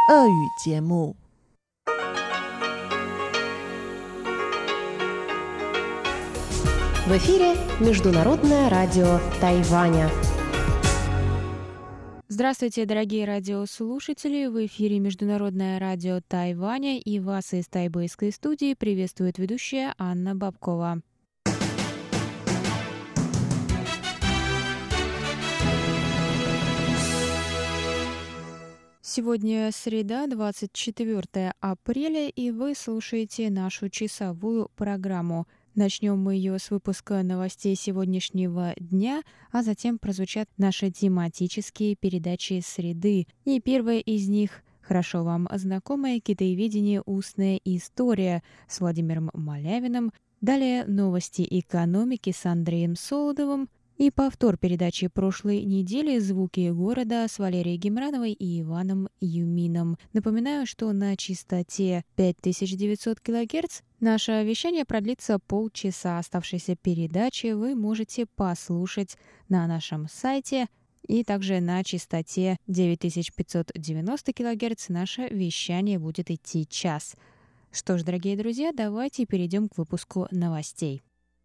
俄语节目。 В эфире Международное радио Тайваня. Здравствуйте, дорогие радиослушатели! В эфире Международное радио Тайваня, и вас из тайбэйской студии приветствует ведущая Анна Бабкова. Сегодня среда, 24 апреля, и вы слушаете нашу часовую программу. Начнем мы ее с выпуска новостей сегодняшнего дня, а затем прозвучат наши тематические передачи среды. И первая из них – хорошо вам знакомое китаеведение «Устная история» с Владимиром Малявиным, далее новости экономики с Андреем Солодовым, и повтор передачи прошлой недели «Звуки города» с Валерией Гемрановой и Иваном Юмином. Напоминаю, что на частоте 5900 кГц наше вещание продлится полчаса. Оставшиеся передачи вы можете послушать на нашем сайте, и также на частоте 9590 кГц наше вещание будет идти час. Что ж, дорогие друзья, давайте перейдем к выпуску новостей.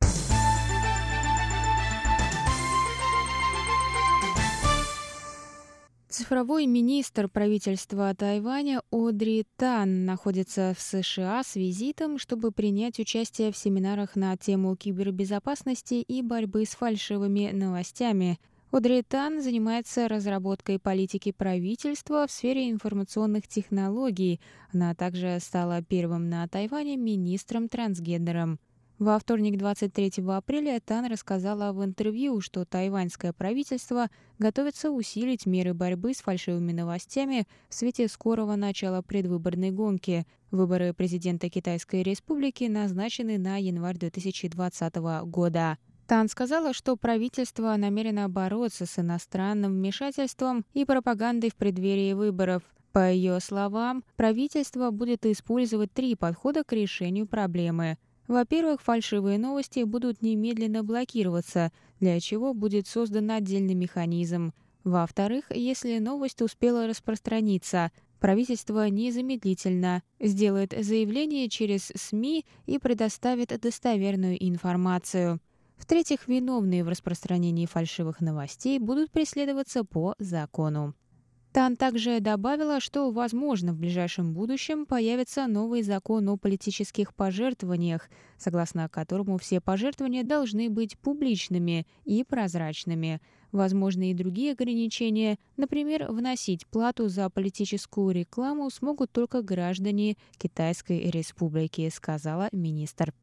Цифровой министр правительства Тайваня Одри Тан находится в США с визитом, чтобы принять участие в семинарах на тему кибербезопасности и борьбы с фальшивыми новостями. Одри Тан занимается разработкой политики правительства в сфере информационных технологий. Она также стала первым на Тайване министром-трансгендером. Во вторник, 23 апреля, Тан рассказала в интервью, что тайваньское правительство готовится усилить меры борьбы с фальшивыми новостями в свете скорого начала предвыборной гонки. Выборы президента Китайской Республики назначены на январь 2020 года. Тан сказала, что правительство намерено бороться с иностранным вмешательством и пропагандой в преддверии выборов. По ее словам, правительство будет использовать 3 подхода к решению проблемы. Во-первых, фальшивые новости будут немедленно блокироваться, для чего будет создан отдельный механизм. Во-вторых, если новость успела распространиться, правительство незамедлительно сделает заявление через СМИ и предоставит достоверную информацию. В-третьих, виновные в распространении фальшивых новостей будут преследоваться по закону. Тан также добавила, что, возможно, в ближайшем будущем появится новый закон о политических пожертвованиях, согласно которому все пожертвования должны быть публичными и прозрачными. Возможны и другие ограничения, например, вносить плату за политическую рекламу смогут только граждане Китайской Республики, сказала министр.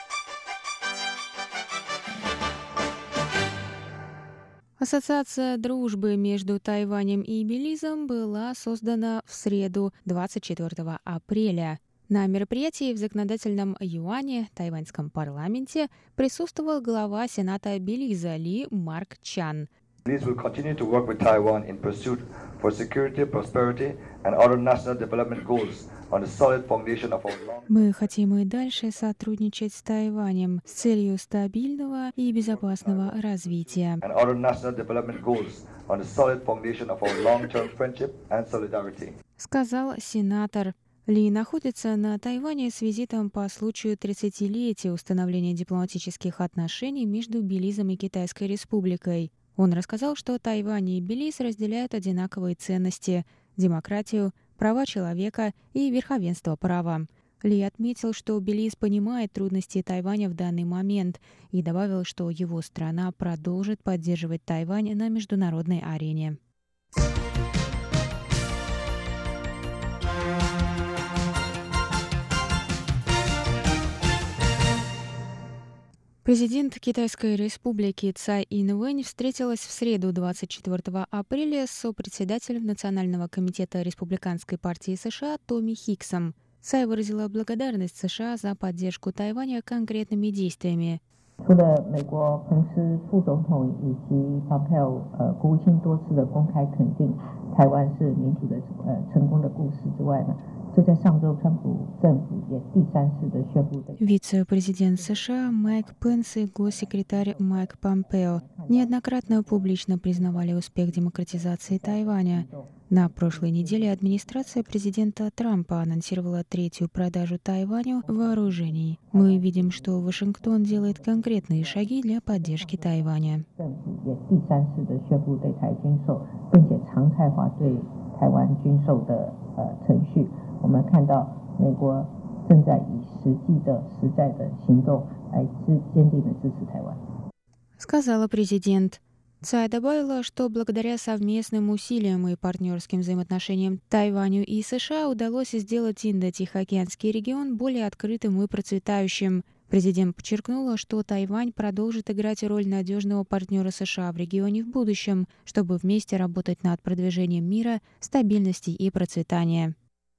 Ассоциация дружбы между Тайванем и Белизом была создана в среду, 24 апреля. На мероприятии в законодательном юане, тайваньском парламенте, присутствовал глава Сената Белиза Ли Марк Чан. Belize will continue to work with Taiwan in pursuit for security, prosperity and other national development goals on the solid foundation of our long... Мы хотим и дальше сотрудничать с Тайванем с целью стабильного и безопасного развития. And other national development goals on the solid foundation of our long-term friendship and solidarity. Сказал сенатор. Ли находится на Тайване с визитом по случаю 30-летия установления дипломатических отношений между Белизом и Китайской Республикой. Он рассказал, что Тайвань и Белиз разделяют одинаковые ценности – демократию, права человека и верховенство права. Ли отметил, что Белиз понимает трудности Тайваня в данный момент и добавил, что его страна продолжит поддерживать Тайвань на международной арене. Президент Китайской Республики Цай Инвэнь встретилась в среду 24 апреля с сопредседателем Национального комитета Республиканской партии США Томми Хиксом. Цай выразила благодарность США за поддержку Тайваня конкретными действиями. 除了美国彭斯副总统以及蓬佩奥国务卿多次的公开肯定台湾是民主的成功的故事之外呢，就在上周川普政府也第三次的宣布。 Вице-президент США Майк Пенс и госсекретарь Майк Помпео неоднократно публично признавали успех демократизации Тайваня. На прошлой неделе администрация президента Трампа анонсировала третью продажу Тайваню вооружений. Мы видим, что Вашингтон делает конкретные шаги для поддержки Тайваня. Сказала президент. Цай добавила, что благодаря совместным усилиям и партнерским взаимоотношениям Тайваню и США удалось сделать Индо-Тихоокеанский регион более открытым и процветающим. Президент подчеркнула, что Тайвань продолжит играть роль надежного партнера США в регионе в будущем, чтобы вместе работать над продвижением мира, стабильности и процветания.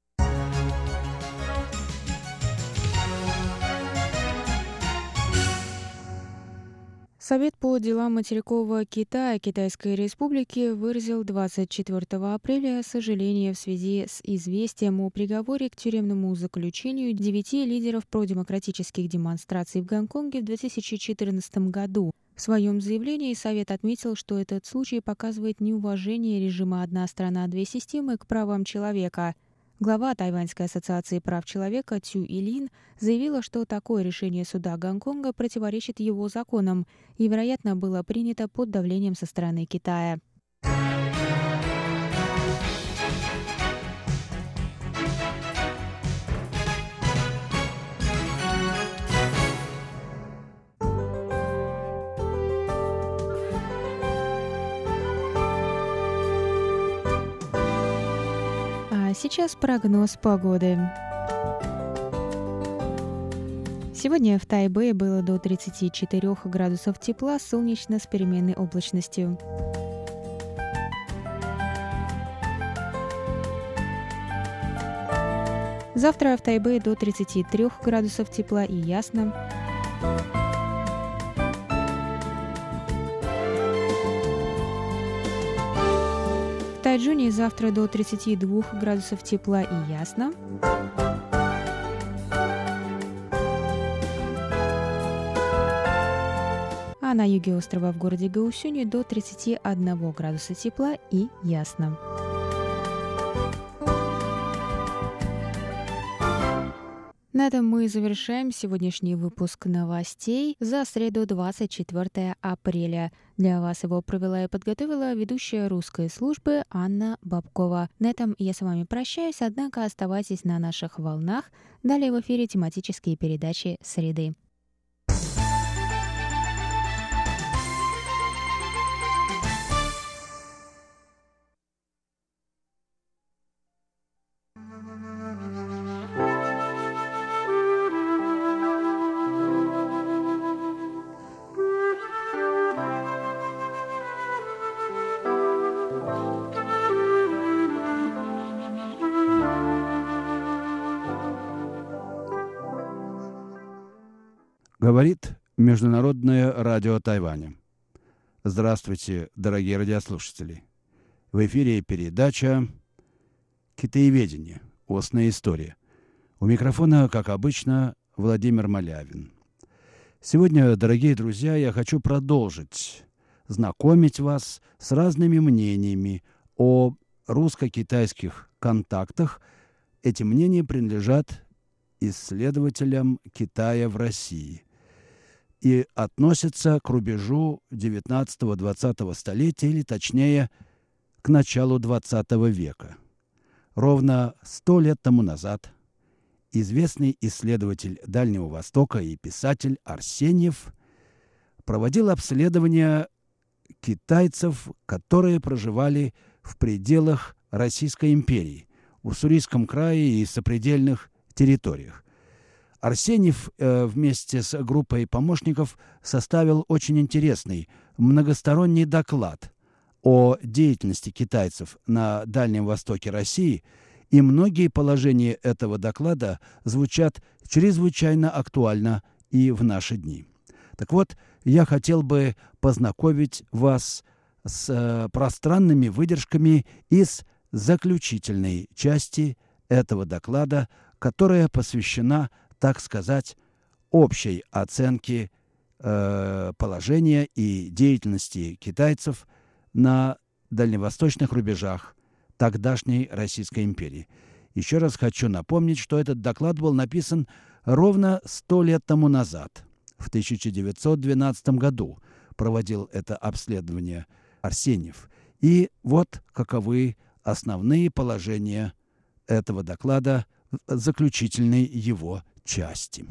Совет по делам материкового Китая Китайской Республики выразил 24 апреля сожаление в связи с известием о приговоре к тюремному заключению 9 лидеров продемократических демонстраций в Гонконге в 2014 году. В своем заявлении Совет отметил, что этот случай показывает неуважение режима «одна страна, две системы» к правам человека. Глава Тайваньской ассоциации прав человека Цю Илин заявила, что такое решение суда Гонконга противоречит его законам и, вероятно, было принято под давлением со стороны Китая. Сейчас прогноз погоды. Сегодня в Тайбэе было до 34 градусов тепла, солнечно с переменной облачностью. Завтра в Тайбэе до 33 градусов тепла и ясно. В Тайчжуне завтра до 32 градусов тепла и ясно. А на юге острова в городе Гаосюне до 31 градуса тепла и ясно. На этом мы завершаем сегодняшний выпуск новостей за среду 24 апреля. Для вас его провела и подготовила ведущая русской службы Анна Бабкова. На этом я с вами прощаюсь, однако оставайтесь на наших волнах. Далее в эфире тематические передачи «Среды». Говорит Международное радио Тайваня. Здравствуйте, дорогие радиослушатели. В эфире передача «Китаеведение. Устная история». У микрофона, как обычно, Владимир Малявин. Сегодня, дорогие друзья, я хочу продолжить знакомить вас с разными мнениями о русско-китайских контактах. Эти мнения принадлежат исследователям Китая в России и относятся к рубежу 19-20 столетия, или точнее, к началу 20 века. Ровно 100 лет тому назад известный исследователь Дальнего Востока и писатель Арсеньев проводил обследование китайцев, которые проживали в пределах Российской империи, в Уссурийском крае и сопредельных территориях. Арсеньев вместе с группой помощников составил очень интересный многосторонний доклад о деятельности китайцев на Дальнем Востоке России, и многие положения этого доклада звучат чрезвычайно актуально и в наши дни. Так вот, я хотел бы познакомить вас с пространными выдержками из заключительной части этого доклада, которая посвящена, так сказать, общей оценке положения и деятельности китайцев на дальневосточных рубежах тогдашней Российской империи. Еще раз хочу напомнить, что этот доклад был написан ровно 100 лет тому назад. В 1912 году проводил это обследование Арсеньев. И вот каковы основные положения этого доклада в заключительной его части.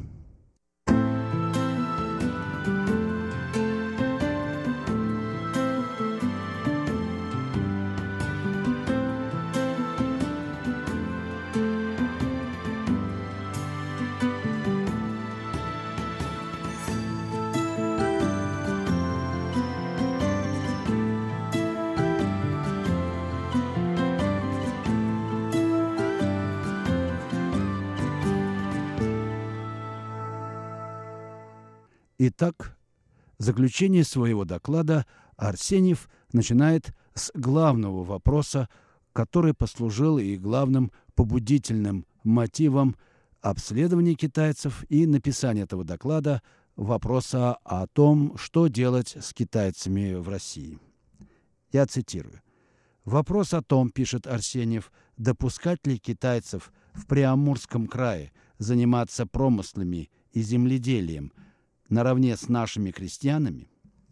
Итак, в заключение своего доклада Арсеньев начинает с главного вопроса, который послужил и главным побудительным мотивом обследования китайцев и написания этого доклада, вопроса о том, что делать с китайцами в России. Я цитирую. «Вопрос о том, — пишет Арсеньев, — допускать ли китайцев в Приамурском крае заниматься промыслами и земледелием наравне с нашими крестьянами,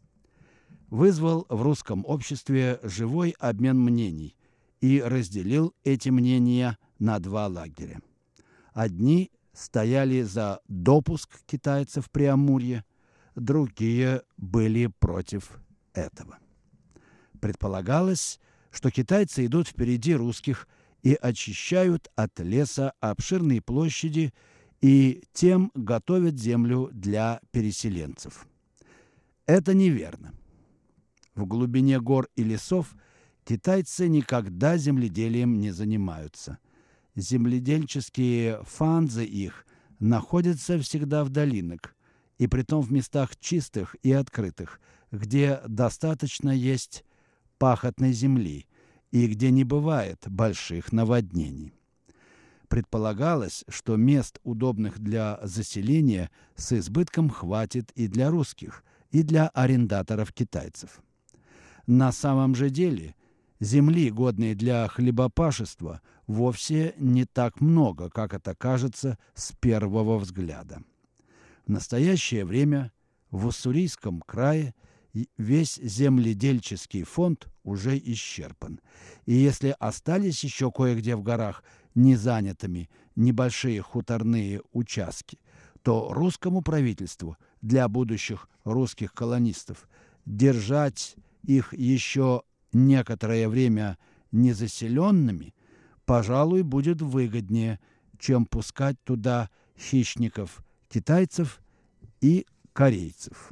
вызвал в русском обществе живой обмен мнений и разделил эти мнения на два лагеря. Одни стояли за допуск китайцев в Преамурье, другие были против этого. Предполагалось, что китайцы идут впереди русских и очищают от леса обширные площади и тем готовят землю для переселенцев. Это неверно. В глубине гор и лесов китайцы никогда земледелием не занимаются. Земледельческие фанзы их находятся всегда в долинах, и притом в местах чистых и открытых, где достаточно есть пахотной земли и где не бывает больших наводнений. Предполагалось, что мест, удобных для заселения, с избытком хватит и для русских, и для арендаторов китайцев. На самом же деле земли, годной для хлебопашества, вовсе не так много, как это кажется с первого взгляда. В настоящее время в Уссурийском крае весь земледельческий фонд уже исчерпан. И если остались еще кое-где в горах незанятыми небольшие хуторные участки, то русскому правительству для будущих русских колонистов держать их еще некоторое время незаселенными, пожалуй, будет выгоднее, чем пускать туда хищников китайцев и корейцев.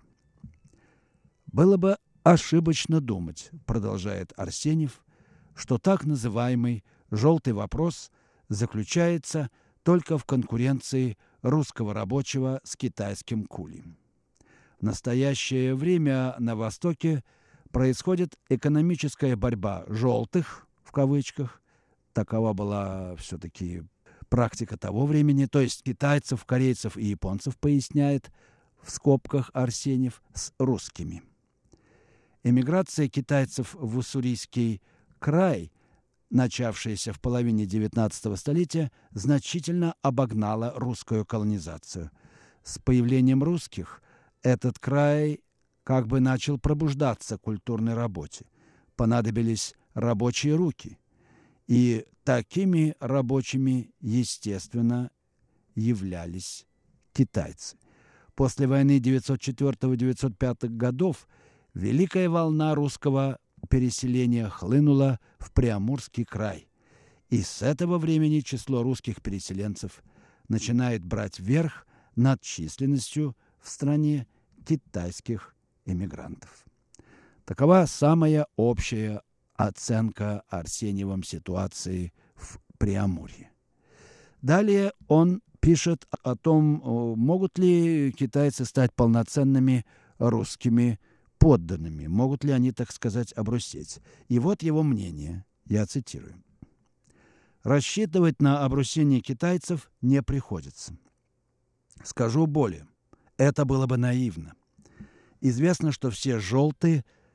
Было бы ошибочно думать, продолжает Арсеньев, что так называемый «желтый вопрос» заключается только в конкуренции русского рабочего с китайским кули. В настоящее время на Востоке происходит экономическая борьба «желтых», в кавычках, такова была все-таки практика того времени, то есть китайцев, корейцев и японцев, поясняет в скобках Арсеньев, с русскими. Эмиграция китайцев в Уссурийский край, начавшаяся в половине XIX столетия, значительно обогнала русскую колонизацию. С появлением русских этот край как бы начал пробуждаться к культурной работе. Понадобились рабочие руки. И такими рабочими, естественно, являлись китайцы. После войны 1904-1905 годов великая волна русского переселения хлынула в Приамурский край. И с этого времени число русских переселенцев начинает брать верх над численностью в стране китайских эмигрантов. Такова самая общая оценка Арсеньевым ситуации в Преамурье. Далее он пишет о том, могут ли китайцы стать полноценными русскими подданными, могут ли они, так сказать, обрусеть. И вот его мнение, я цитирую. «Рассчитывать на обрусение китайцев не приходится. Скажу более, это было бы наивно. Известно, что все желтые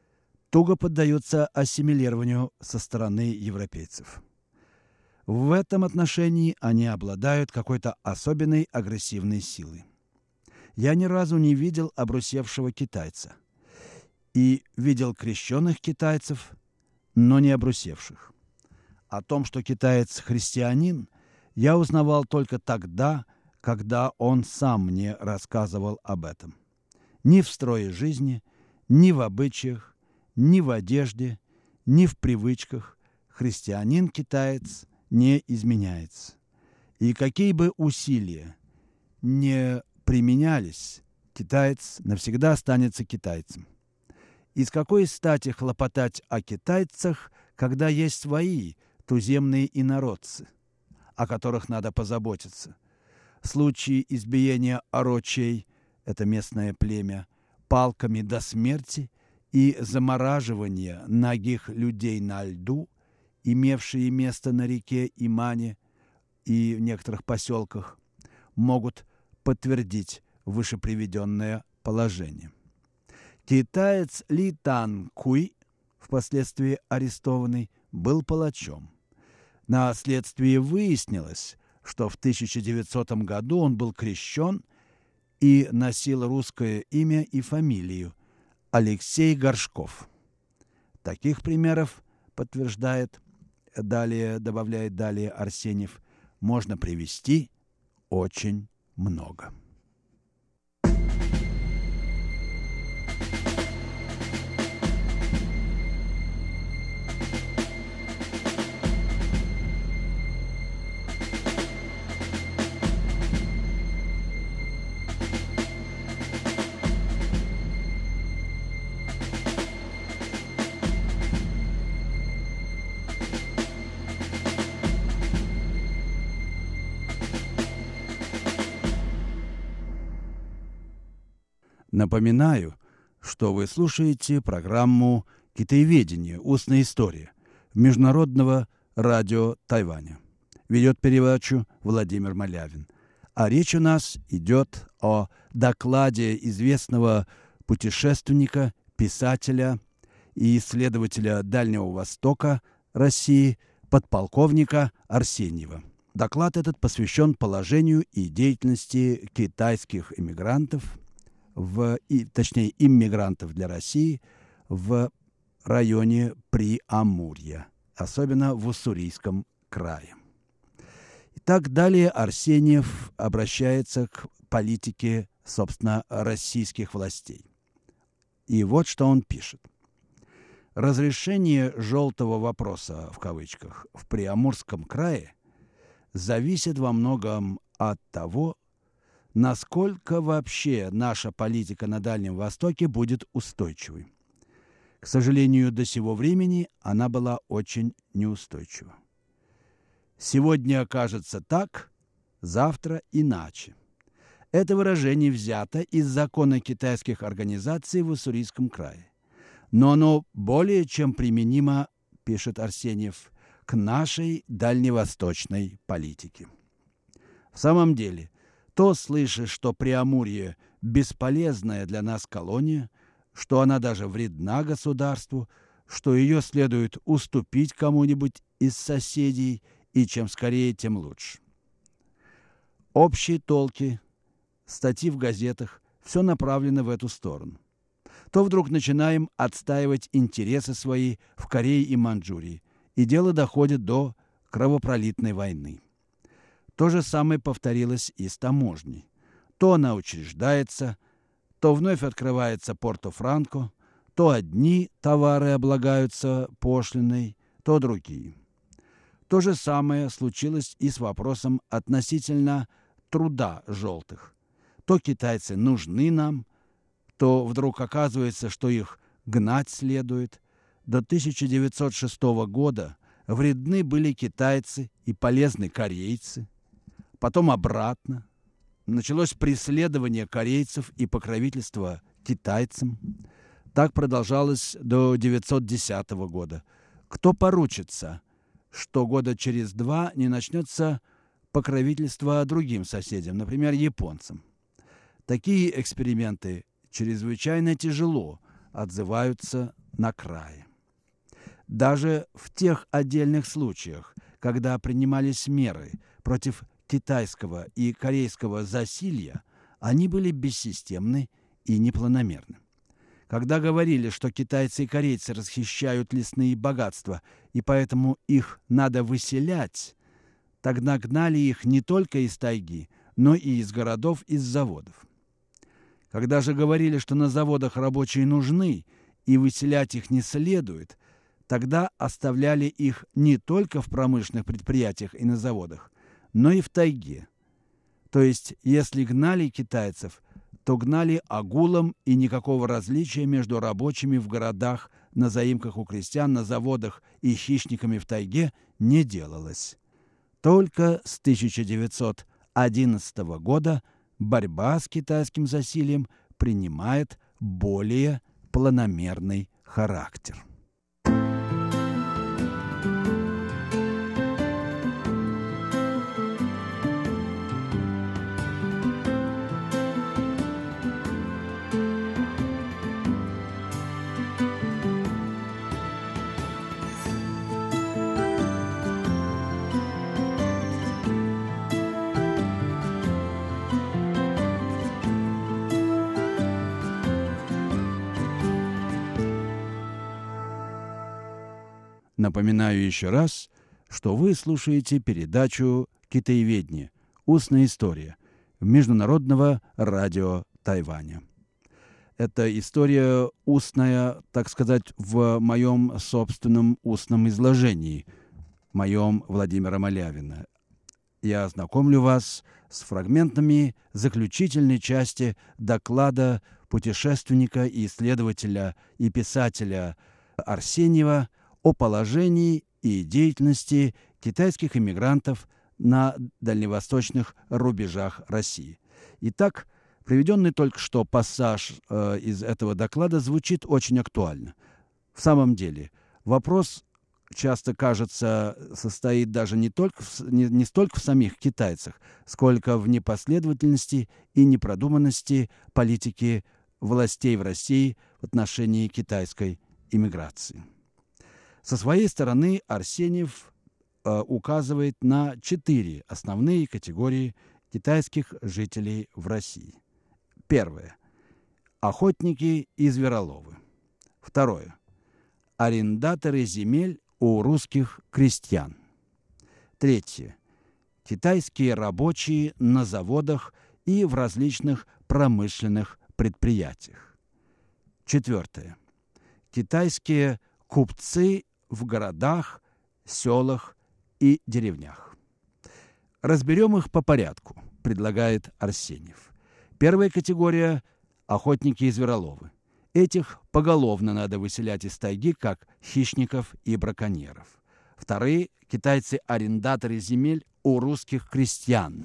туго поддаются ассимилированию со стороны европейцев. В этом отношении они обладают какой-то особенной агрессивной силой. Я ни разу не видел обрусевшего китайца. И видел крещенных китайцев, но не обрусевших. О том, что китаец христианин, я узнавал только тогда, когда он сам мне рассказывал об этом. Ни в строе жизни, ни в обычаях, ни в одежде, ни в привычках христианин-китаец не изменяется. И какие бы усилия не применялись, китаец навсегда останется китайцем. И с какой стати хлопотать о китайцах, когда есть свои туземные инородцы, о которых надо позаботиться? Случаи избиения орочей, это местное племя, палками до смерти и замораживания нагих людей на льду, имевшие место на реке Имане и в некоторых поселках, могут подтвердить вышеприведенное положение. Китаец Ли Тан Куй, впоследствии арестованный, был палачом. На следствии выяснилось, что в 1900 году он был крещен и носил русское имя и фамилию Алексей Горшков. Таких примеров, добавляет далее Арсеньев, можно привести очень много. Напоминаю, что вы слушаете программу «Китаеведение. Устная история» Международного радио Тайваня. Ведет передачу Владимир Малявин. А речь у нас идет о докладе известного путешественника, писателя и исследователя Дальнего Востока России подполковника Арсеньева. Доклад этот посвящен положению и деятельности китайских иммигрантов, иммигрантов для России в районе Приамурья, особенно в Уссурийском крае. Итак, далее Арсеньев обращается к политике, собственно, российских властей. И вот что он пишет. Разрешение «желтого вопроса» в кавычках в Приамурском крае зависит во многом от того, насколько вообще наша политика на Дальнем Востоке будет устойчивой. К сожалению, до сего времени она была очень неустойчива. Сегодня окажется так, завтра иначе. Это выражение взято из закона китайских организаций в Уссурийском крае. Но оно более чем применимо, пишет Арсеньев, к нашей дальневосточной политике. В самом деле, то слышишь, что Приамурье – бесполезная для нас колония, что она даже вредна государству, что ее следует уступить кому-нибудь из соседей, и чем скорее, тем лучше. Общие толки, статьи в газетах – все направлено в эту сторону. То вдруг начинаем отстаивать интересы свои в Корее и Маньчжурии, и дело доходит до кровопролитной войны. То же самое повторилось и с таможней. То она учреждается, то вновь открывается Порто-Франко, то одни товары облагаются пошлиной, то другие. То же самое случилось и с вопросом относительно труда желтых. То китайцы нужны нам, то вдруг оказывается, что их гнать следует. До 1906 года вредны были китайцы и полезны корейцы. Потом обратно. Началось преследование корейцев и покровительство китайцам. Так продолжалось до 1910 года. Кто поручится, что года через 2 не начнется покровительство другим соседям, например, японцам? Такие эксперименты чрезвычайно тяжело отзываются на крае. Даже в тех отдельных случаях, когда принимались меры против китайского и корейского засилья, они были бессистемны и непланомерны. Когда говорили, что китайцы и корейцы расхищают лесные богатства, и поэтому их надо выселять, тогда гнали их не только из тайги, но и из городов, из заводов. Когда же говорили, что на заводах рабочие нужны, и выселять их не следует, тогда оставляли их не только в промышленных предприятиях и на заводах, но и в тайге. То есть, если гнали китайцев, то гнали агулом, и никакого различия между рабочими в городах, на заимках у крестьян, на заводах и хищниками в тайге не делалось. Только с 1911 года борьба с китайским засильем принимает более планомерный характер. Напоминаю еще раз, что вы слушаете передачу «Китаеведение. Устная история» Международного радио Тайваня. Это история устная, так сказать, в моем собственном устном изложении, моем Владимира Малявина. Я ознакомлю вас с фрагментами заключительной части доклада путешественника и исследователя и писателя Арсеньева о положении и деятельности китайских иммигрантов на дальневосточных рубежах России. Итак, приведенный только что пассаж из этого доклада звучит очень актуально. В самом деле, вопрос, часто кажется, состоит даже не столько в самих китайцах, сколько в непоследовательности и непродуманности политики властей в России в отношении китайской иммиграции. Со своей стороны Арсеньев указывает на 4 основные категории китайских жителей в России. Первое. Охотники и звероловы. Второе. Арендаторы земель у русских крестьян. Третье. Китайские рабочие на заводах и в различных промышленных предприятиях. Четвертое. Китайские купцы в городах, селах и деревнях. Разберем их по порядку, предлагает Арсеньев. Первая категория – охотники и звероловы. Этих поголовно надо выселять из тайги, как хищников и браконьеров. Вторые – китайцы-арендаторы земель у русских крестьян.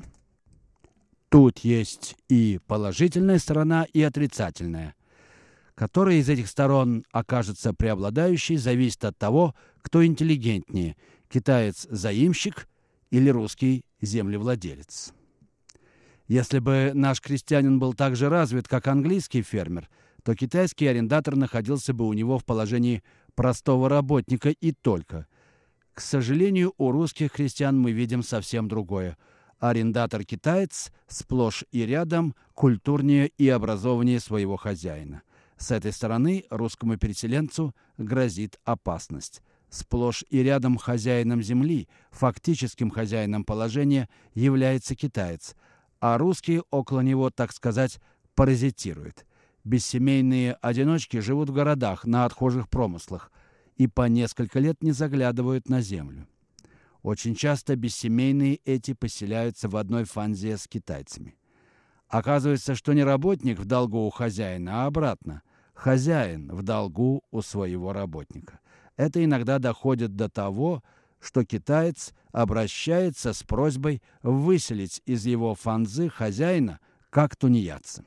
Тут есть и положительная сторона, и отрицательная. Которая из этих сторон окажется преобладающей, зависит от того, кто интеллигентнее – китаец-заимщик или русский землевладелец. Если бы наш крестьянин был так же развит, как английский фермер, то китайский арендатор находился бы у него в положении простого работника и только. К сожалению, у русских крестьян мы видим совсем другое. Арендатор-китаец сплошь и рядом культурнее и образованнее своего хозяина. С этой стороны русскому переселенцу грозит опасность. Сплошь и рядом хозяином земли, фактическим хозяином положения, является китаец, а русские около него, так сказать, паразитируют. Бессемейные одиночки живут в городах, на отхожих промыслах, и по несколько лет не заглядывают на землю. Очень часто бессемейные эти поселяются в одной фанзе с китайцами. Оказывается, что не работник в долгу у хозяина, а обратно. Хозяин в долгу у своего работника. Это иногда доходит до того, что китаец обращается с просьбой выселить из его фанзы хозяина, как тунеядца.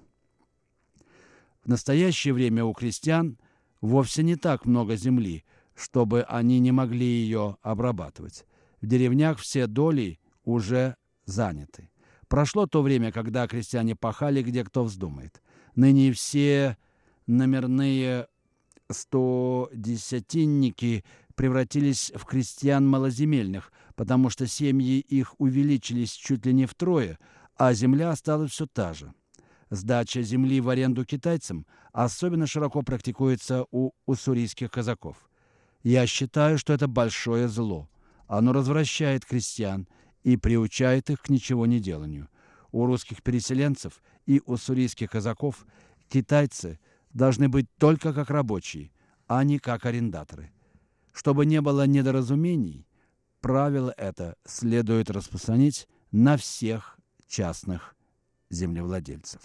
В настоящее время у крестьян вовсе не так много земли, чтобы они не могли ее обрабатывать. В деревнях все доли уже заняты. Прошло то время, когда крестьяне пахали, где кто вздумает. Ныне все номерные 110-ники превратились в крестьян малоземельных, потому что семьи их увеличились чуть ли не втрое, а земля осталась все та же. Сдача земли в аренду китайцам особенно широко практикуется у уссурийских казаков. Я считаю, что это большое зло. Оно развращает крестьян и приучает их к ничего не деланию. У русских переселенцев и уссурийских казаков китайцы должны быть только как рабочие, а не как арендаторы. Чтобы не было недоразумений, правило это следует распространить на всех частных землевладельцев.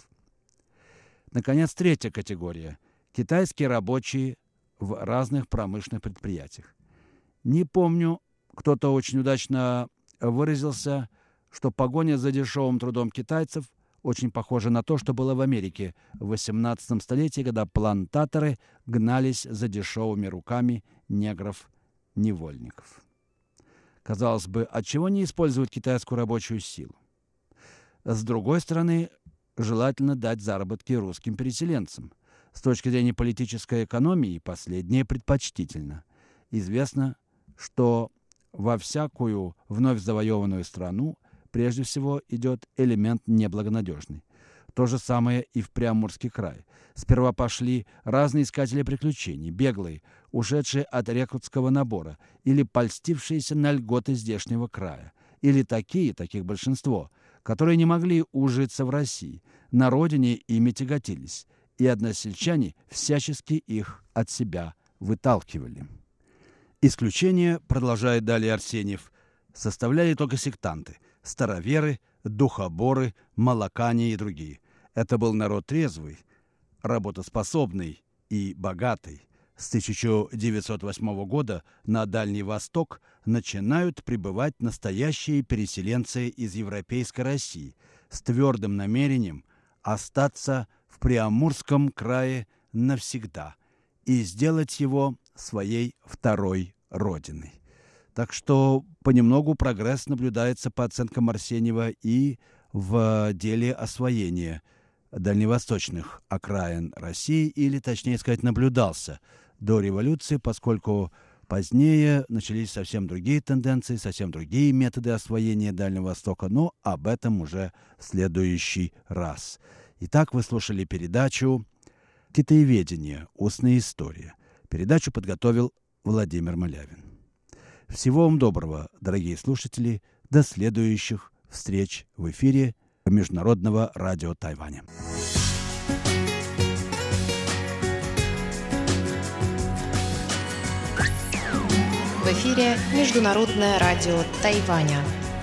Наконец, третья категория – китайские рабочие в разных промышленных предприятиях. Не помню, кто-то очень удачно выразился, что погоня за дешевым трудом китайцев очень похожа на то, что было в Америке в XVIII столетии, когда плантаторы гнались за дешевыми руками негров-невольников. Казалось бы, отчего не использовать китайскую рабочую силу? С другой стороны, желательно дать заработки русским переселенцам. С точки зрения политической экономии последнее предпочтительно. Известно, что во всякую вновь завоеванную страну прежде всего идет элемент неблагонадежный. То же самое и в Приамурский край. Сперва пошли разные искатели приключений, беглые, ушедшие от рекрутского набора, или польстившиеся на льготы здешнего края, или таких большинство, которые не могли ужиться в России, на родине ими тяготились, и односельчане всячески их от себя выталкивали. Исключение, продолжает далее Арсеньев, составляли только сектанты, староверы, духоборы, молокане и другие. Это был народ трезвый, работоспособный и богатый. С 1908 года на Дальний Восток начинают прибывать настоящие переселенцы из Европейской России с твердым намерением остаться в Приамурском крае навсегда и сделать его своей второй родиной. Так что понемногу прогресс наблюдается по оценкам Арсеньева и в деле освоения дальневосточных окраин России, или, точнее сказать, наблюдался до революции, поскольку позднее начались совсем другие тенденции, совсем другие методы освоения Дальнего Востока, но об этом уже в следующий раз. Итак, вы слушали передачу «Китаеведение. Устная история». Передачу подготовил Владимир Малявин. Всего вам доброго, дорогие слушатели. До следующих встреч в эфире Международного радио Тайваня. В эфире Международное радио Тайваня.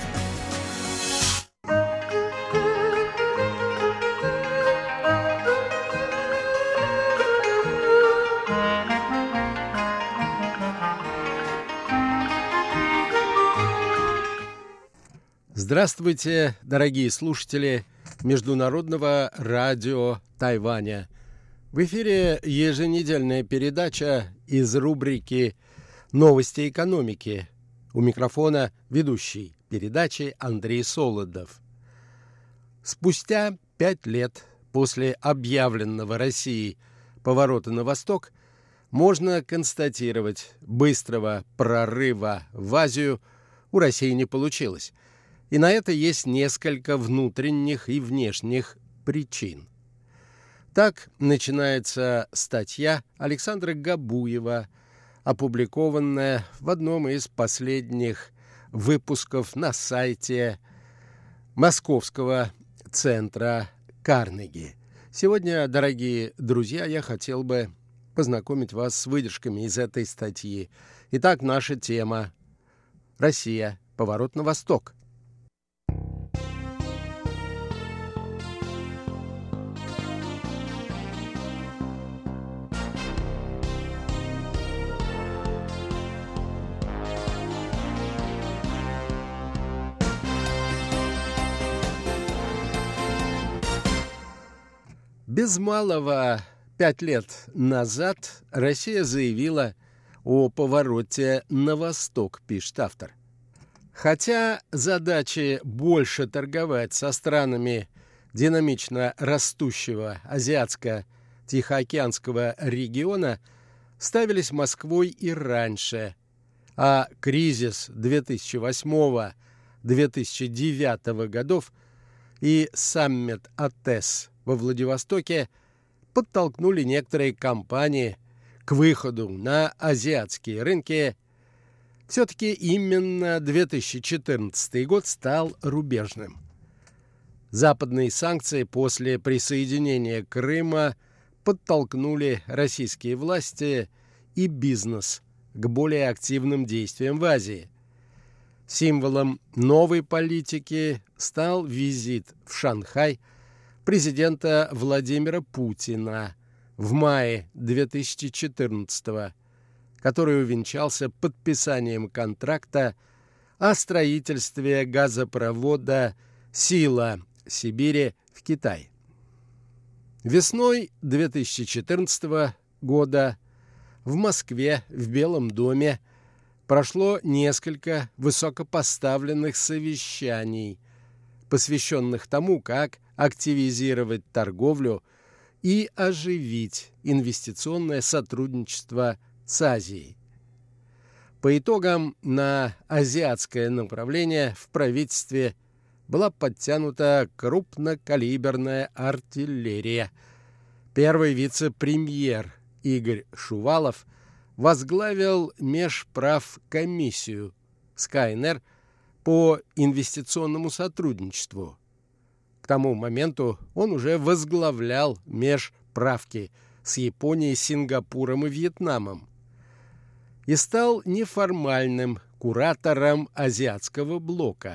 Здравствуйте, дорогие слушатели Международного радио Тайваня. В эфире еженедельная передача из рубрики «Новости экономики». У микрофона ведущий передачи Андрей Солодов. Спустя 5 лет после объявленного Россией поворота на восток можно констатировать, быстрого прорыва в Азию у России не получилось. И на это есть несколько внутренних и внешних причин. Так начинается статья Александра Габуева, опубликованная в одном из последних выпусков на сайте Московского центра Карнеги. Сегодня, дорогие друзья, я хотел бы познакомить вас с выдержками из этой статьи. Итак, наша тема – Россия. Поворот на восток. Без малого 5 лет назад Россия заявила о повороте на восток, пишет автор. Хотя задачи больше торговать со странами динамично растущего азиатско-тихоокеанского региона ставились Москвой и раньше, а кризис 2008-2009 годов и саммит АТЭС во Владивостоке подтолкнули некоторые компании к выходу на азиатские рынки. Все-таки именно 2014 год стал рубежным. Западные санкции после присоединения Крыма подтолкнули российские власти и бизнес к более активным действиям в Азии. Символом новой политики стал визит в Шанхай президента Владимира Путина в мае 2014-го, который увенчался подписанием контракта о строительстве газопровода «Сила Сибири» в Китай. Весной 2014 года в Москве в Белом доме прошло несколько высокопоставленных совещаний, посвященных тому, как активизировать торговлю и оживить инвестиционное сотрудничество с Азией. По итогам на азиатское направление в правительстве была подтянута крупнокалиберная артиллерия. Первый вице-премьер Игорь Шувалов возглавил межправкомиссию с КНР по инвестиционному сотрудничеству. К тому моменту он уже возглавлял межправки с Японией, Сингапуром и Вьетнамом и стал неформальным куратором азиатского блока.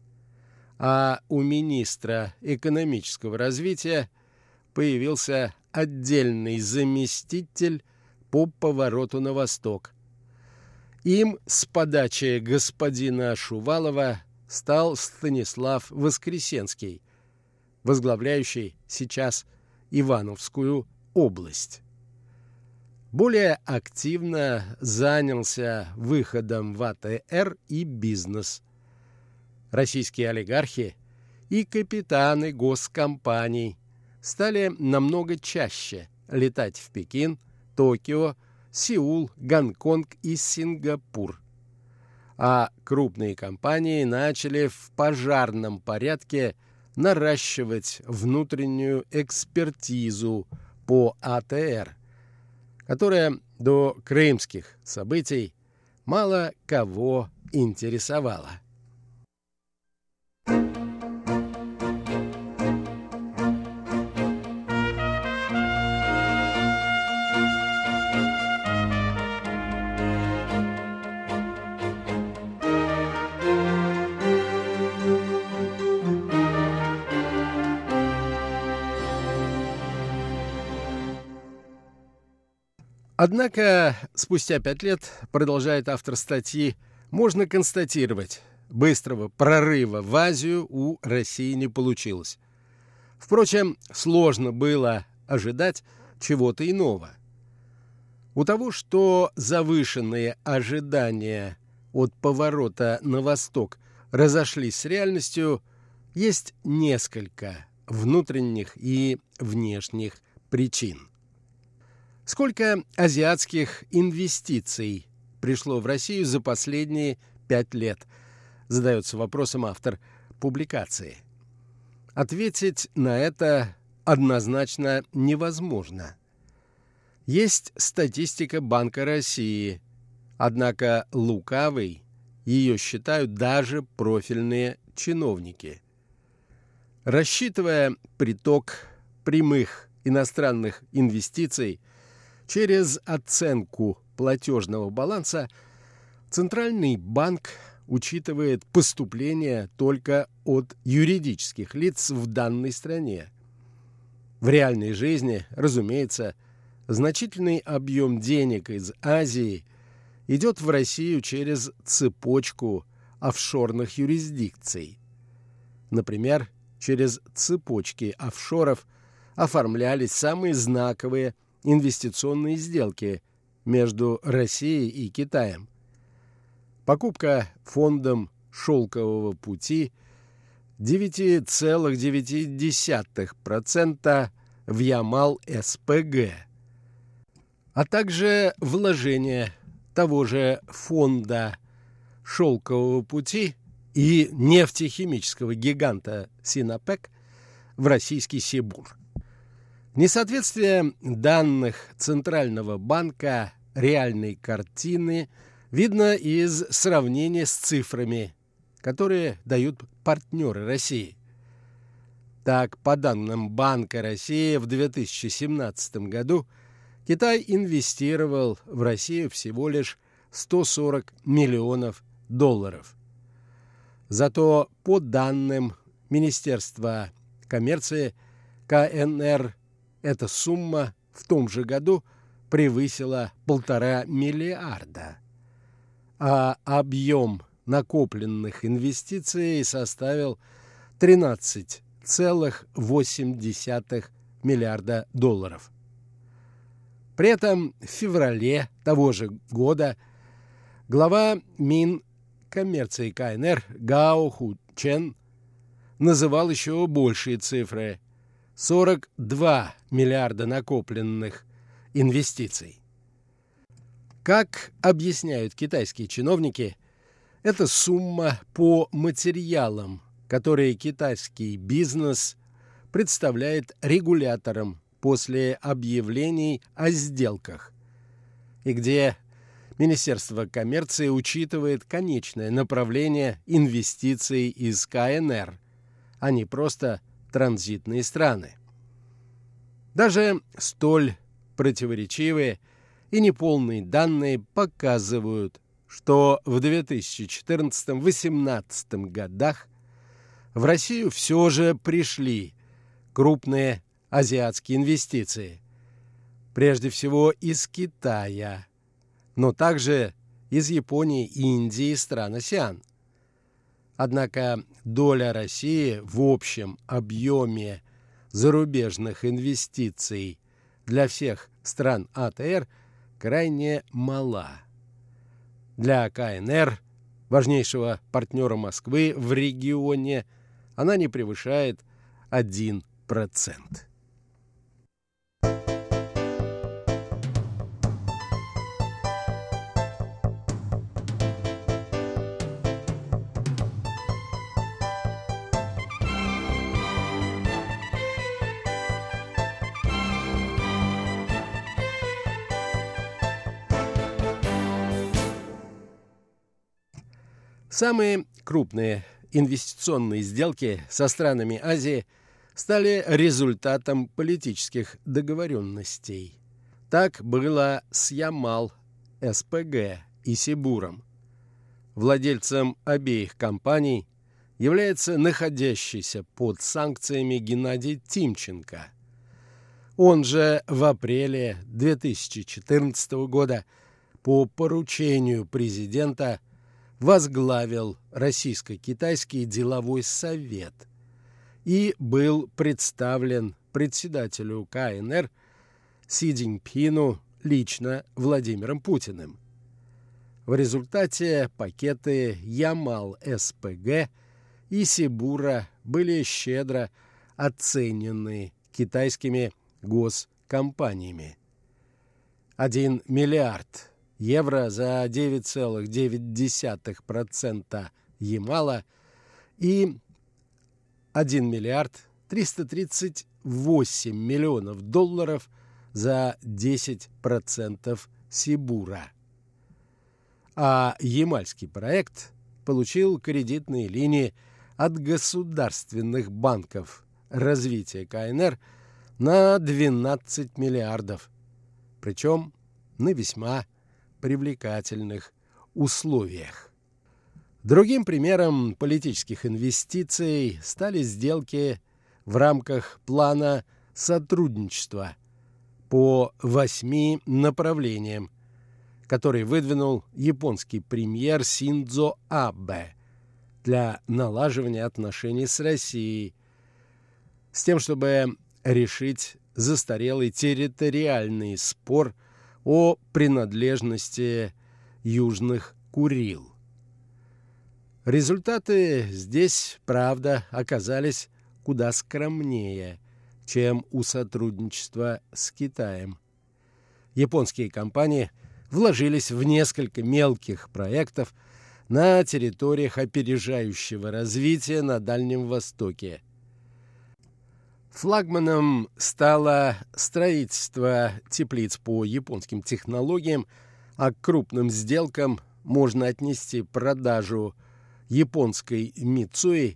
А у министра экономического развития появился отдельный заместитель по повороту на восток. Им с подачи господина Шувалова стал Станислав Воскресенский, возглавляющий сейчас Ивановскую область. Более активно занялся выходом в АТР и бизнес. Российские олигархи и капитаны госкомпаний стали намного чаще летать в Пекин, Токио, Сеул, Гонконг и Сингапур. А крупные компании начали в пожарном порядке наращивать внутреннюю экспертизу по АТР, которая до крымских событий мало кого интересовала. Однако спустя 5 лет, продолжает автор статьи, можно констатировать, быстрого прорыва в Азию у России не получилось. Впрочем, сложно было ожидать чего-то иного. У того, что завышенные ожидания от поворота на восток разошлись с реальностью, есть несколько внутренних и внешних причин. Сколько азиатских инвестиций пришло в Россию за последние 5 лет? Задается вопросом автор публикации. Ответить на это однозначно невозможно. Есть статистика Банка России, однако лукавой ее считают даже профильные чиновники. Рассчитывая приток прямых иностранных инвестиций через оценку платежного баланса, Центральный банк учитывает поступления только от юридических лиц в данной стране. В реальной жизни, разумеется, значительный объем денег из Азии идет в Россию через цепочку офшорных юрисдикций. Например, через цепочки офшоров оформлялись самые знаковые инвестиционные сделки между Россией и Китаем. Покупка фондом «Шелкового пути» 9,9% в Ямал-СПГ. а также вложения того же фонда «Шелкового пути» и нефтехимического гиганта «Синопек» в российский Сибур. Несоответствие данных Центрального банка реальной картины видно из сравнения с цифрами, которые дают партнеры России. Так, по данным Банка России, в 2017 году Китай инвестировал в Россию всего лишь $140 миллионов. Зато по данным Министерства коммерции КНР эта сумма в том же году превысила $1,5 миллиарда, а объем накопленных инвестиций составил $13,8 миллиарда. При этом в феврале того же года глава Минкоммерции КНР Гао Хучен называл еще большие цифры – 42 миллиарда накопленных инвестиций. Как объясняют китайские чиновники, это сумма по материалам, которые китайский бизнес представляет регуляторам после объявлений о сделках, и где Министерство коммерции учитывает конечное направление инвестиций из КНР, а не просто транзитные страны. Даже столь противоречивые и неполные данные показывают, что в 2014-2018 годах в Россию все же пришли крупные азиатские инвестиции, прежде всего из Китая, но также из Японии, Индии и стран АСЕАН. Однако доля России в общем объеме зарубежных инвестиций для всех стран АТР крайне мала. Для КНР, важнейшего партнера Москвы в регионе, она не превышает 1%. Самые крупные инвестиционные сделки со странами Азии стали результатом политических договоренностей. Так было с Ямал СПГ и Сибуром. Владельцем обеих компаний является находящийся под санкциями Геннадий Тимченко. Он же в апреле 2014 года по поручению президента возглавил Российско-Китайский деловой совет и был представлен председателю КНР Си Цзиньпину лично Владимиром Путиным. В результате пакеты Ямал СПГ и Сибура были щедро оценены китайскими госкомпаниями. 1 миллиард евро за 9,9% Ямала и 1 миллиард 338 миллионов долларов за 10% Сибура. А ямальский проект получил кредитные линии от государственных банков развития КНР на 12 миллиардов, причем на весьма привлекательных условиях. Другим примером политических инвестиций стали сделки в рамках плана сотрудничества по 8 направлениям, который выдвинул японский премьер Синдзо Абэ для налаживания отношений с Россией, с тем, чтобы решить застарелый территориальный спор о принадлежности Южных Курил. Результаты здесь, правда, оказались куда скромнее, чем у сотрудничества с Китаем. японские компании вложились в несколько мелких проектов на территориях опережающего развития на Дальнем Востоке. Флагманом стало строительство теплиц по японским технологиям, а к крупным сделкам можно отнести продажу японской Mitsui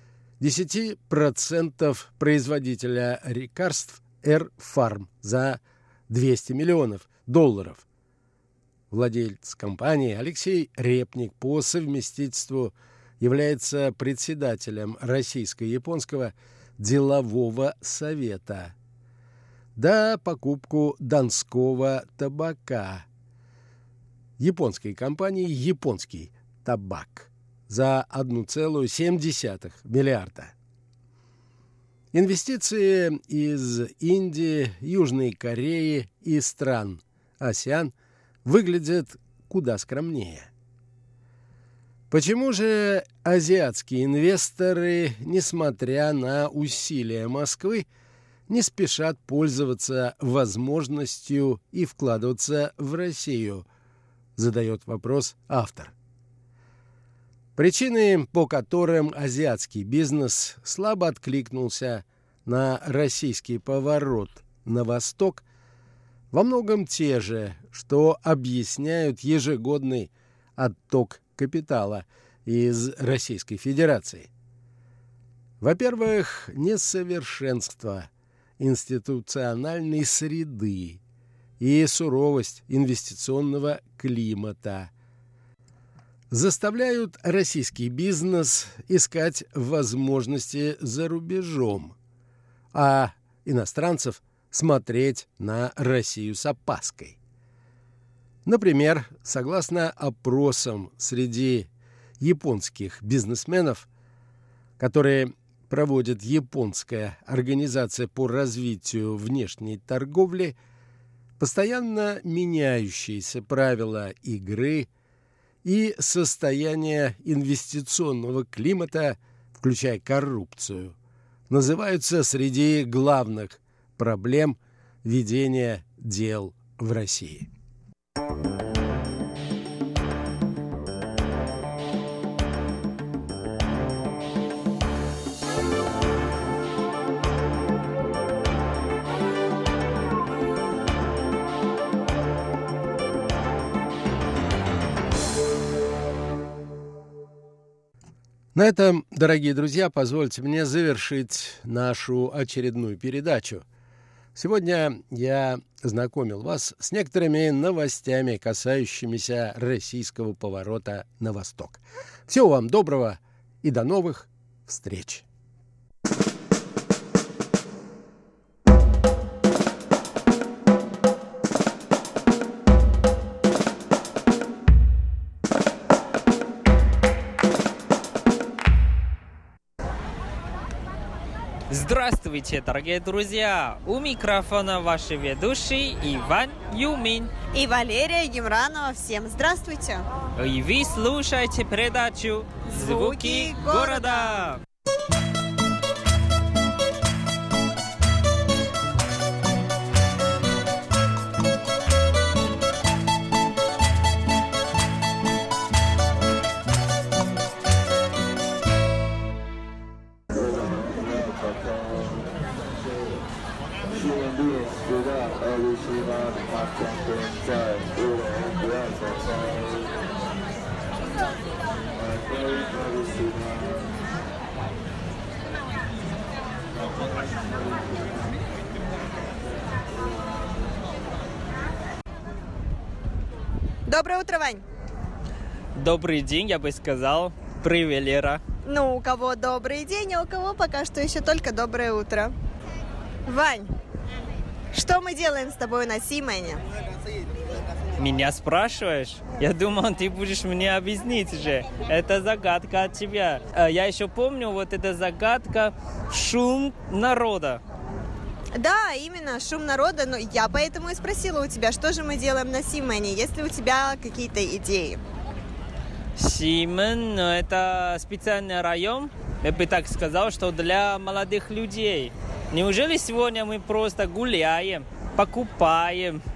10% производителя лекарств Air-Farm за $200 миллионов. Владелец компании Алексей Репник по совместительству является председателем Российско-японского делового совета. Да, покупку донского табака японской компании «Японский табак» за 1,7 миллиарда. Инвестиции из Индии, Южной Кореи и стран АСЕАН выглядят куда скромнее. Почему же азиатские инвесторы, несмотря на усилия Москвы, не спешат пользоваться возможностью и вкладываться в Россию, задает вопрос автор. Причины, по которым азиатский бизнес слабо откликнулся на российский поворот на восток, во многом те же, что объясняют ежегодный отток капитала из Российской Федерации. Во-первых, несовершенство институциональной среды и суровость инвестиционного климата заставляют российский бизнес искать возможности за рубежом, а иностранцев смотреть на Россию с опаской. Например, согласно опросам среди японских бизнесменов, которые проводит японская организация по развитию внешней торговли, постоянно меняющиеся правила игры и состояние инвестиционного климата, включая коррупцию, называются среди главных проблем ведения дел в России. На этом, дорогие друзья, позвольте мне завершить нашу очередную передачу. Сегодня я знакомил вас с некоторыми новостями, касающимися российского поворота на восток. Всего вам доброго и до новых встреч! Здравствуйте, дорогие друзья! У микрофона ваши ведущие Иван Юмин и Валерия Емранова. Всем здравствуйте! И вы слушаете передачу «Звуки города». Доброе утро, Вань. Добрый день, я бы сказал. Привет, Лера. Ну, у кого добрый день, а у кого пока что еще только доброе утро. Вань, что мы делаем с тобой на Симене? Меня спрашиваешь? Я думал, ты будешь мне объяснить же. Это загадка от тебя. Я еще помню, вот эта загадка «Шум народа». Да, именно, шум народа. Но я поэтому и спросила у тебя, что же мы делаем на Симене, есть ли у тебя какие-то идеи? Симен – это специальный район, я бы так сказал, что для молодых людей. Неужели сегодня мы просто гуляем, покупаем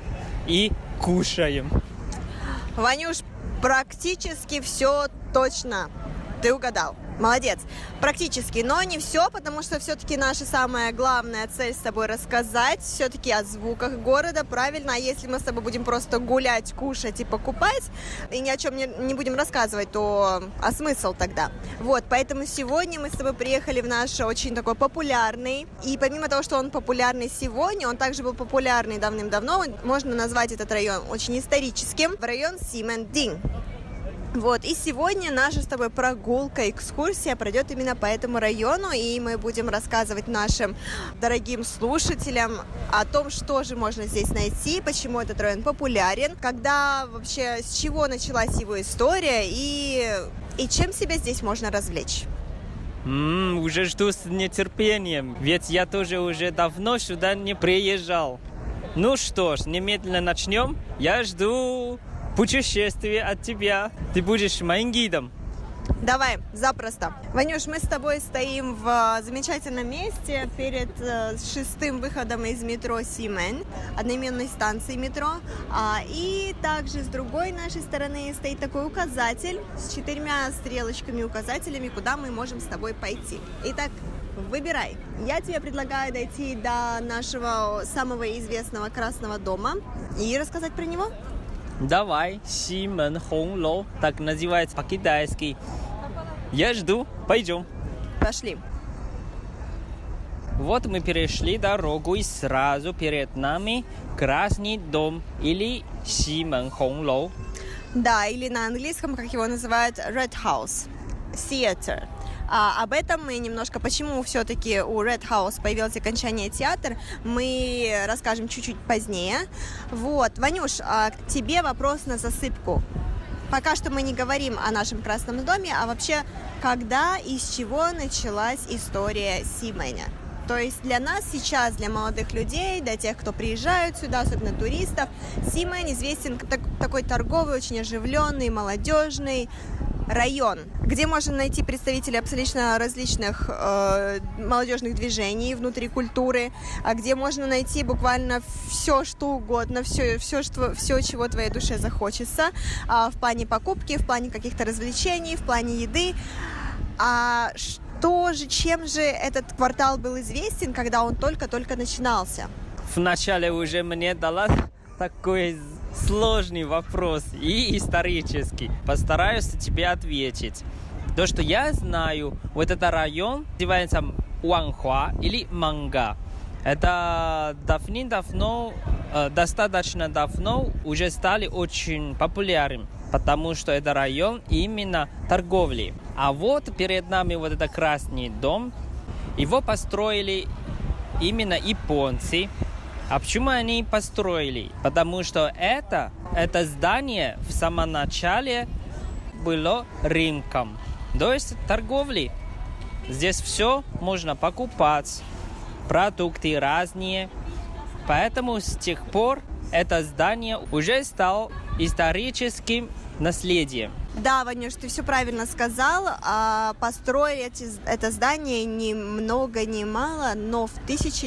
и кушаем. Ванюш, практически все точно. Ты угадал. Молодец. Практически, но не все, потому что все-таки наша самая главная цель с тобой рассказать все-таки о звуках города, правильно? А если мы с тобой будем просто гулять, кушать и покупать, и ни о чем не будем рассказывать, то а смысл тогда? Вот, поэтому сегодня мы с тобой приехали в наш очень такой популярный, и помимо того, что он популярный сегодня, он также был популярный давным-давно, можно назвать этот район очень историческим, в район Симендинг. Вот, и сегодня наша с тобой прогулка, экскурсия пройдет именно по этому району, и мы будем рассказывать нашим дорогим слушателям о том, что же можно здесь найти, почему этот район популярен, когда вообще, с чего началась его история и чем себя здесь можно развлечь. Уже жду с нетерпением, ведь я тоже уже давно сюда не приезжал. Ну что ж, немедленно начнем. Я жду путешествие от тебя. Ты будешь моим гидом. Давай, запросто. Ванюш, мы с тобой стоим в замечательном месте перед 6-м выходом из метро Симен, одноименной станции метро. И также с другой нашей стороны стоит такой указатель с 4 стрелочками-указателями, куда мы можем с тобой пойти. Итак, выбирай. Я тебе предлагаю дойти до нашего самого известного Красного дома и рассказать про него. Давай, Симен Хонглоу, так называется по-китайски. Я жду, пойдем. Пошли. Вот мы перешли дорогу, и сразу перед нами Красный дом или Симен Хонглоу. Да, или на английском, как его называют, Red House Theater. Об этом мы немножко, почему все-таки у Red House появилось окончание театр, мы расскажем чуть-чуть позднее. Вот, Ванюш, тебе вопрос на засыпку. Пока что мы не говорим о нашем Красном доме, а вообще, когда и с чего началась история Сименя? То есть для нас сейчас, для молодых людей, для тех, кто приезжают сюда, особенно туристов, Симен известен как такой торговый, очень оживленный, молодежный район, где можно найти представителей абсолютно различных молодежных движений внутри культуры, где можно найти буквально все, что угодно, все, чего твоей душе захочется, в плане покупки, в плане каких-то развлечений, в плане еды. Чем же этот квартал был известен, когда он только-только начинался? Вначале уже мне дала такой сложный вопрос и исторический. Постараюсь тебе ответить. То, что я знаю, вот этот район называется Уанхуа или Манга. Это давным-давно, достаточно давно уже стали очень популярным, потому что это район именно торговли. А вот перед нами вот этот Красный дом. Его построили именно японцы. А почему они построили? Потому что это здание в самом начале было рынком, то есть торговли. Здесь все можно покупать, продукты разные. Поэтому с тех пор это здание уже стало историческим наследием. Да, Ванюш, ты все правильно сказал. Построили это здание ни много ни мало, но в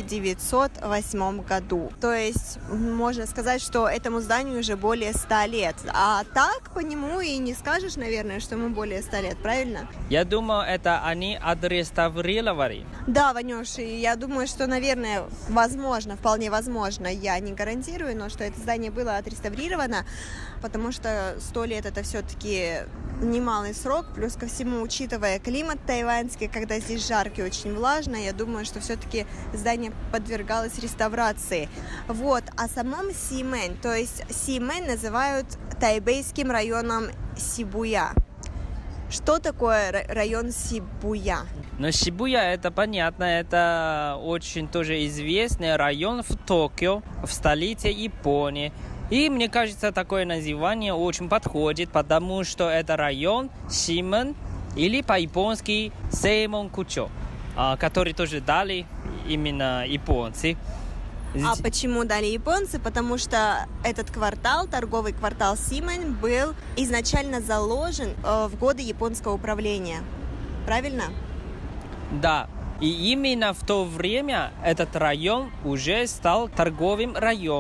1908 году. То есть можно сказать, что этому зданию уже более 100 лет. А так по нему и не скажешь, наверное, что ему более 100 лет, правильно? Я думаю, это они отреставрировали. Да, Ванюш, и я думаю, что, наверное, возможно, вполне возможно, я не гарантирую, но что это здание было отреставрировано, потому что 100 лет это все-таки немалый срок, плюс ко всему, учитывая климат тайваньский, когда здесь жарко и очень влажно, я думаю, что все-таки здание подвергалось реставрации. Вот, о самом Симен, то есть Симен называют тайбэйским районом Сибуя. Что такое район Сибуя? Но Сибуя, это понятно, это очень тоже известный район в Токио, в столице Японии. И мне кажется, такое название очень подходит, потому что это район Симен или по-японски Сеймонкучо, который тоже дали именно японцы. А почему дали японцы? Потому что этот квартал, торговый квартал Симен, был изначально заложен в годы японского управления. Правильно? Да. И именно в то время этот район уже стал торговым районом.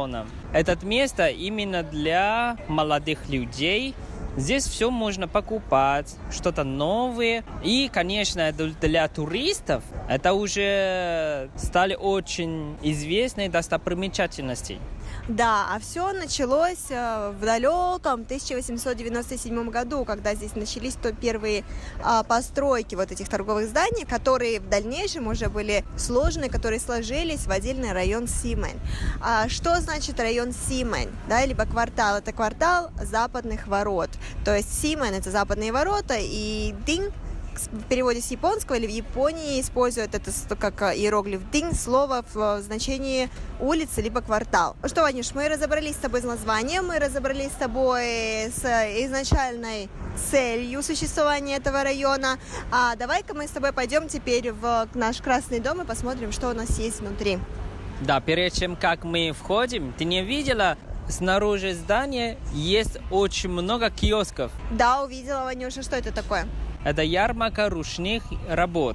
Это место именно для молодых людей. Здесь все можно покупать, что-то новое. И, конечно, для туристов это уже стали очень известные достопримечательности. Да, а все началось в далеком 1897 году, когда здесь начались первые постройки вот этих торговых зданий, которые в дальнейшем уже были сложены, которые сложились в отдельный район Симэнь. Что значит район Симэнь? Да, либо квартал? Это квартал западных ворот. То есть Симэнь — это западные ворота, и Динь в переводе с японского или в Японии используют это как иероглиф «динь», слово в значении улицы либо квартал. Что, Ванюш, мы разобрались с тобой с названием, мы разобрались с тобой с изначальной целью существования этого района. А давай-ка мы с тобой пойдем теперь в наш Красный дом и посмотрим, что у нас есть внутри. Да, перед чем как мы входим, ты не видела? Снаружи здания есть очень много киосков. Да, увидела, Ванюша. Что это такое? Это ярмарка ручных работ.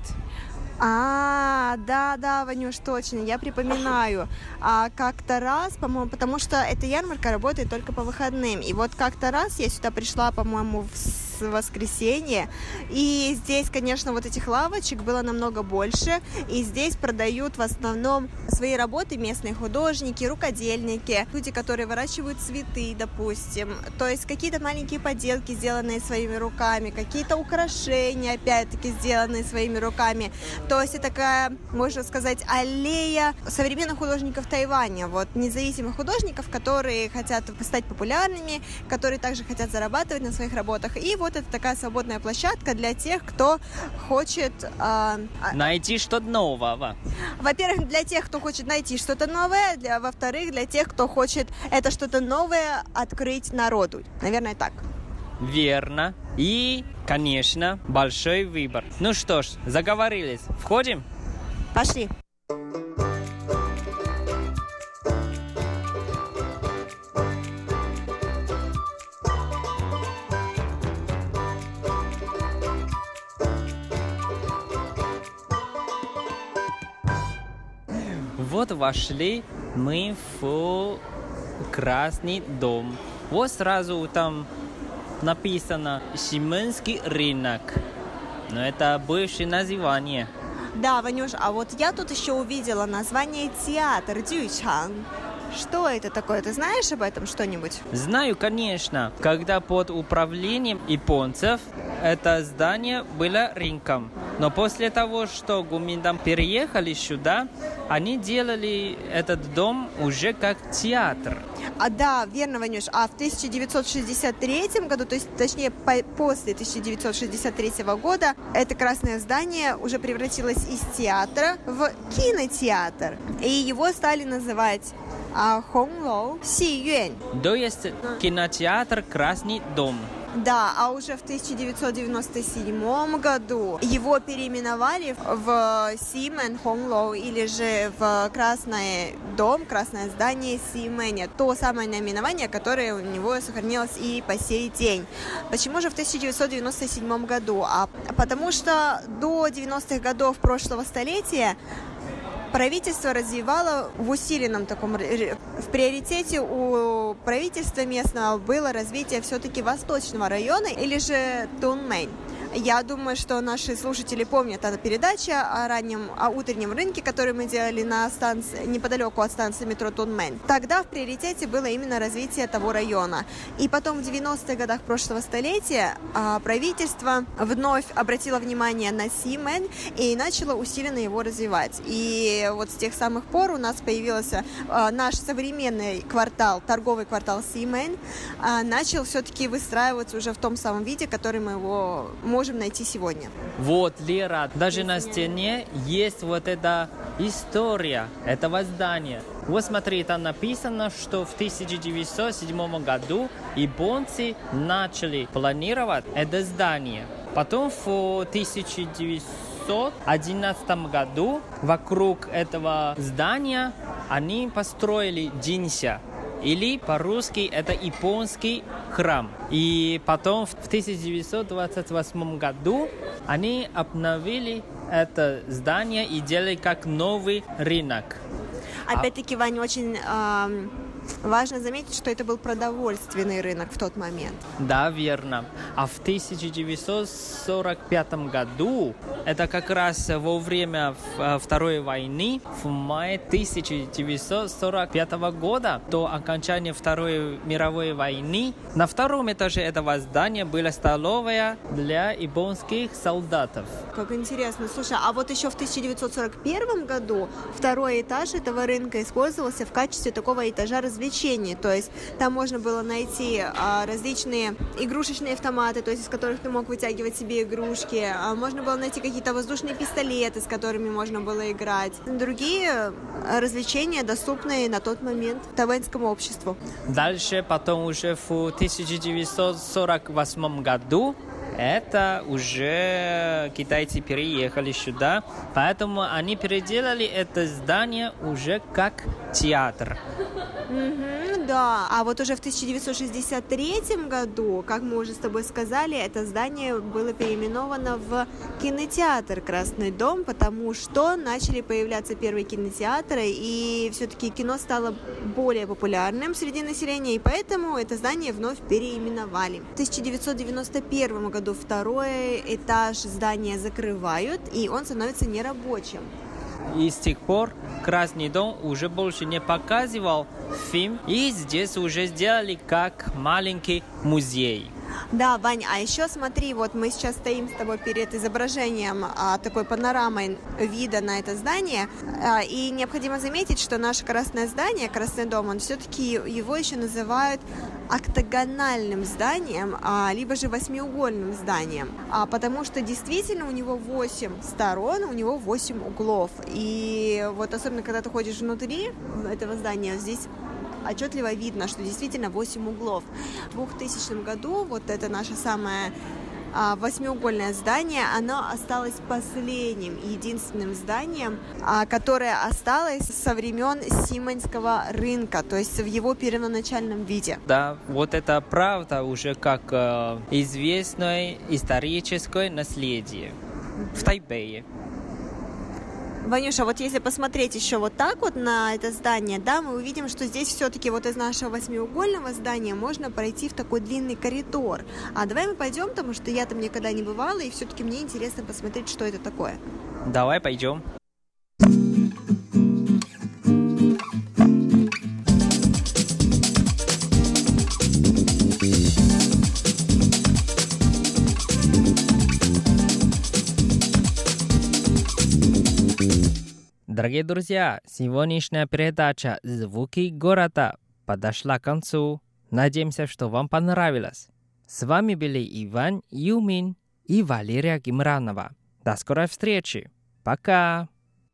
Да, Ванюш, точно, я припоминаю. Как-то раз, по-моему, потому что эта ярмарка работает только по выходным. И вот как-то раз я сюда пришла, по-моему, в воскресенье. И здесь, конечно, вот этих лавочек было намного больше. И здесь продают в основном свои работы местные художники, рукодельники, люди, которые выращивают цветы, допустим. То есть какие-то маленькие поделки, сделанные своими руками, какие-то украшения, опять-таки, сделанные своими руками. То есть это такая, можно сказать, аллея современных художников Тайваня. Вот независимых художников, которые хотят стать популярными, которые также хотят зарабатывать на своих работах. И вот это такая свободная площадка для тех, кто хочет... найти что-то нового. Во-первых, для тех, кто хочет найти что-то новое. Во-вторых, для тех, кто хочет это что-то новое открыть народу. Наверное, так. Верно. И, конечно, большой выбор. Ну что ж, заговорились. Входим? Пошли. Вот вошли мы в Красный дом. Вот сразу там написано «Симэнский рынок». Но это бывшее название. Да, Ванюш, а вот я тут еще увидела название театр Дючан. Что это такое? Ты знаешь об этом что-нибудь? Знаю, конечно. Когда под управлением японцев это здание было рынком. Но после того, что гуминдан переехали сюда, они делали этот дом уже как театр. Да, верно, Ванюш. А в 1963 году, то есть, точнее, после 1963 года, это красное здание уже превратилось из театра в кинотеатр. И его стали называть Хонглоу Си Юэнь. То есть кинотеатр «Красный дом». Да, а уже в 1997 году его переименовали в Симэнь Хонглоу, или же в Красный дом, красное здание Симэня. То самое наименование, которое у него сохранилось и по сей день. Почему же в 1997 году? Потому что до 90-х годов прошлого столетия правительство развивало в усиленном таком, в приоритете у правительства местного было развитие все-таки восточного района, или же Тунмэнь. Я думаю, что наши слушатели помнят эту передачу о утреннем рынке, которую мы делали на станции, неподалеку от станции метро Тунмэнь. Тогда в приоритете было именно развитие того района. И потом в 90-х годах прошлого столетия правительство вновь обратило внимание на Симэнь и начало усиленно его развивать. И вот с тех самых пор у нас появился наш современный квартал, торговый квартал Симэнь, начал все-таки выстраиваться уже в том самом виде, который мы его можем найти сегодня. Вот, Лера, даже на стене есть вот эта история этого здания. Вот смотри, там написано, что в 1907 году японцы начали планировать это здание. Потом в 1911 году вокруг этого здания они построили Динся. Или по-русски это японский храм. И потом в 1928 году они обновили это здание и делали как новый рынок. Опять-таки, Ваня, очень Важно заметить, что это был продовольственный рынок в тот момент. Да, верно. А в 1945 году, это как раз во время Второй войны, в мае 1945 года, до окончания Второй мировой войны, на втором этаже этого здания была столовая для японских солдатов. Как интересно. Слушай, а вот еще в 1941 году второй этаж этого рынка использовался в качестве такого этажа развлечений. То есть там можно было найти различные игрушечные автоматы, то есть из которых ты мог вытягивать себе игрушки. Можно было найти какие-то воздушные пистолеты, с которыми можно было играть. Другие развлечения, доступные на тот момент тайваньскому обществу. Дальше, потом уже в 1948 году, это уже китайцы переехали сюда, поэтому они переделали это здание уже как театр. Да, а вот уже в 1963 году, как мы уже с тобой сказали, это здание было переименовано в кинотеатр «Красный дом», потому что начали появляться первые кинотеатры, и все-таки кино стало более популярным среди населения, и поэтому это здание вновь переименовали. В 1991 году второй этаж здания закрывают, и он становится нерабочим. И с тех пор «Красный дом» уже больше не показывал фильм, и здесь уже сделали как маленький музей. Да, Вань, а еще смотри, вот мы сейчас стоим с тобой перед изображением такой панорамой вида на это здание, и необходимо заметить, что наше красное здание, Красный дом, он все-таки его еще называют октагональным зданием, либо же восьмиугольным зданием, потому что действительно у него 8 сторон, у него 8 углов, и вот особенно когда ты ходишь внутри этого здания, здесь отчетливо видно, что действительно 8 углов. В 2000 году вот это наше самое восьмиугольное здание, оно осталось последним, единственным зданием, которое осталось со времен Симонского рынка, то есть в его первоначальном виде. Да, вот это правда уже как известное историческое наследие в Тайбэе. Ванюша, вот если посмотреть еще вот так вот на это здание, да, мы увидим, что здесь все-таки вот из нашего восьмиугольного здания можно пройти в такой длинный коридор. А давай мы пойдем, потому что я там никогда не бывала, и все-таки мне интересно посмотреть, что это такое. Давай пойдем. Дорогие друзья, сегодняшняя передача «Звуки города» подошла к концу. Надеемся, что вам понравилось. С вами были Иван Юмин и Валерия Гимранова. До скорой встречи. Пока!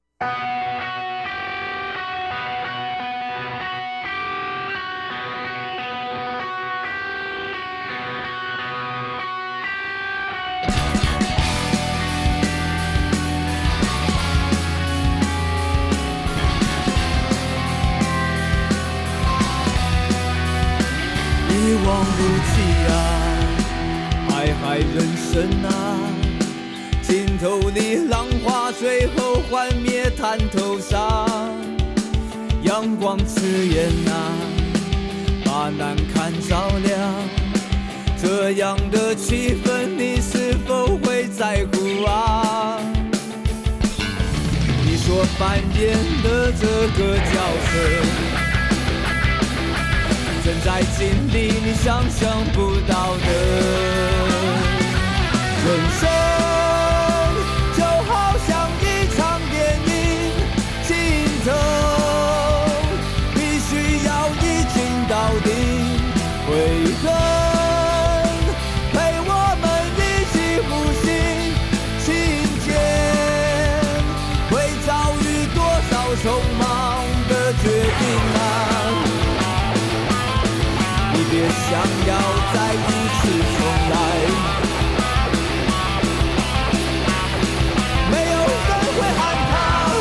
一望无际啊，海海人生啊，镜头里浪花最后幻灭滩头上，阳光刺眼啊，把难堪照亮，这样的气氛你是否会在乎啊？你所扮演的这个角色正在经历你想象不到的人生，就好像一场电影，镜头必须要一镜到底，悔恨陪我们一起呼吸，情节会遭遇多少匆忙的决定啊，别想要再一次重来，没有人会害怕。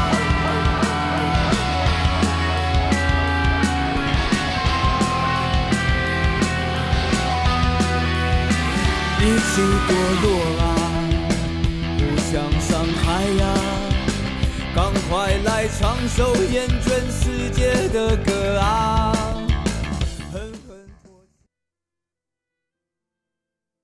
一起堕落啊，互相伤害啊， 赶快来唱首厌倦世界的歌啊！